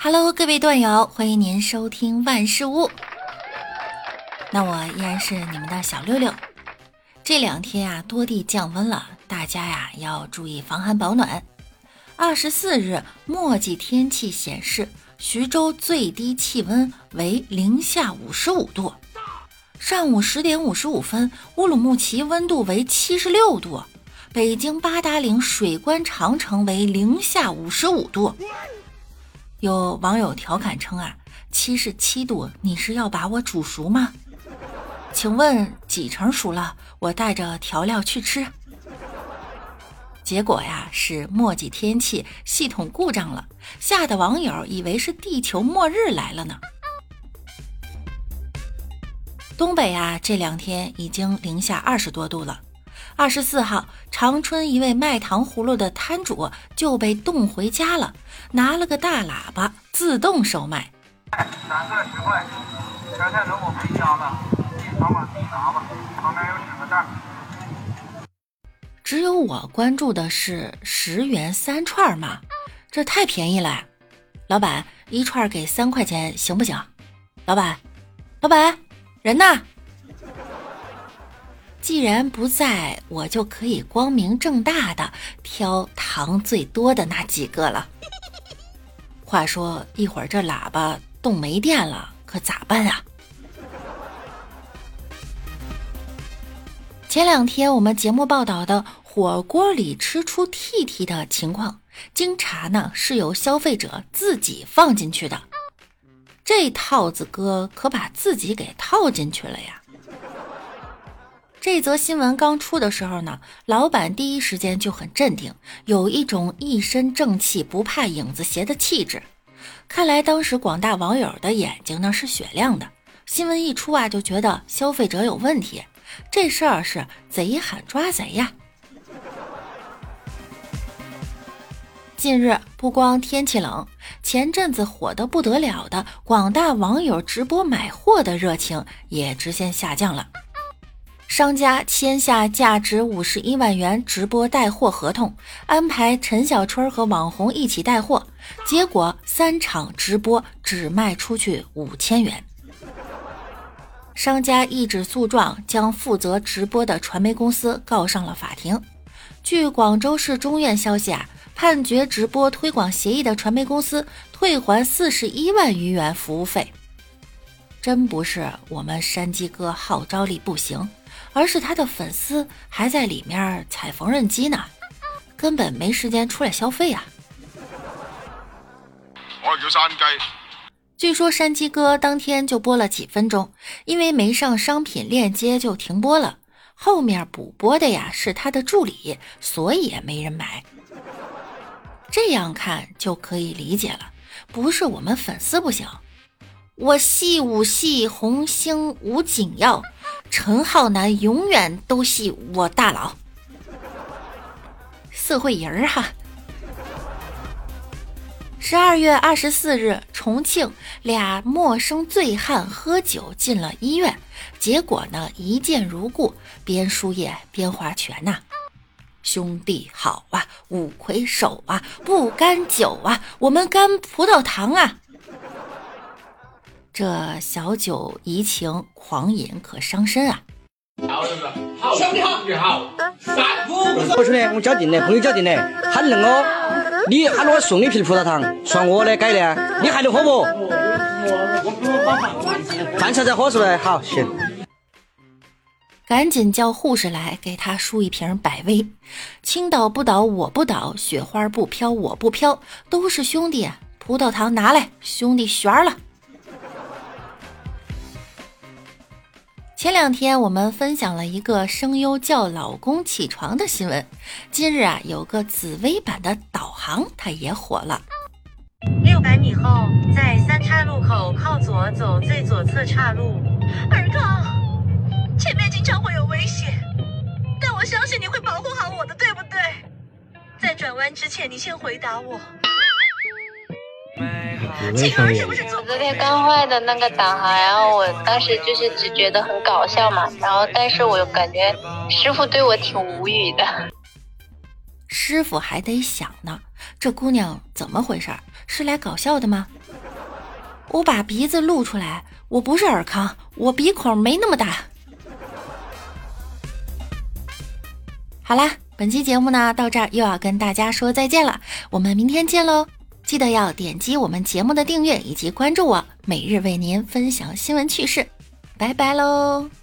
Hello， 各位段友，欢迎您收听万事屋。那我依然是你们的小六六。这两天啊，多地降温了，大家呀要注意防寒保暖。24日，墨迹天气显示，徐州最低气温为零下55度。上午10点55分，乌鲁木齐温度为76度，北京八达岭水关长城为零下55度。有网友调侃称啊，77度，你是要把我煮熟吗？请问几成熟了？我带着调料去吃。结果呀，是墨迹天气系统故障了，吓得网友以为是地球末日来了呢。东北啊，这两天已经零下20多度了。24号，长春一位卖糖葫芦的摊主就被冻回家了，拿了个大喇叭自动售卖。 3个10块，前天等我回家了，你帮我自己拿吧，旁边有10个袋。 只有我关注的是10元3串吗？这太便宜了。老板，一串给3块钱行不行？老板，人呢？既然不在，我就可以光明正大的挑糖最多的那几个了。话说一会儿这喇叭冻没电了，可咋办啊？前两天我们节目报道的火锅里吃出涕涕的情况，经查呢是由消费者自己放进去的。这套子哥可把自己给套进去了呀。这则新闻刚出的时候呢，老板第一时间就很镇定，有一种一身正气不怕影子斜的气质。看来当时广大网友的眼睛呢是雪亮的，新闻一出啊，就觉得消费者有问题，这事儿是贼喊抓贼呀。近日不光天气冷，前阵子火得不得了的广大网友直播买货的热情也直线下降了。商家签下价值51万元直播带货合同，安排陈小春和网红一起带货，结果3场直播只卖出去5000元。商家一纸诉状将负责直播的传媒公司告上了法庭。据广州市中院消息啊，判决直播推广协议的传媒公司退还41万余元服务费。真不是我们山鸡哥号召力不行，而是他的粉丝还在里面踩缝纫机呢，根本没时间出来消费啊。 我叫山鸡。 据说山鸡哥当天就播了几分钟，因为没上商品链接就停播了，后面补播的呀是他的助理，所以也没人买。这样看就可以理解了，不是我们粉丝不行，我系武系红星吴景耀，陈浩南永远都系我大佬，社会人哈。12月24日，重庆俩陌生醉汉喝酒进了医院，结果呢一见如故，边输液边划拳呐。兄弟好啊，五魁首啊，不干酒啊，我们干葡萄糖啊。这小酒怡情，狂饮可伤身啊。 好，兄弟好，你好。我兄弟，我交定的，朋友交定的，喊恁哦。你喊我送你瓶葡萄糖，算我的改的，你还能喝不？饭菜再喝是不是？好，行。 赶紧叫护士来给他输一瓶百威。青岛不倒我不倒，雪花不飘我不飘，都是兄弟，葡萄糖拿来，兄弟旋了。前两天我们分享了一个声优叫老公起床的新闻，今日啊有个紫薇版的导航它也火了。 600米后在3岔路口靠左走最左侧岔路。尔康，前面经常会有危险，但我相信你会保护好我的，对不对？在转弯之前你先回答我。 请问是不是昨天刚换的那个导航，然后我当时就是只觉得很搞笑嘛，然后但是我又感觉师傅对我挺无语的。 师傅还得想呢， 这姑娘怎么回事？是来搞笑的吗？我把鼻子露出来，我不是尔康，我鼻孔没那么大。好啦，本期节目呢到这儿又要跟大家说再见了，我们明天见喽！记得要点击我们节目的订阅以及关注我，每日为您分享新闻趣事。拜拜喽！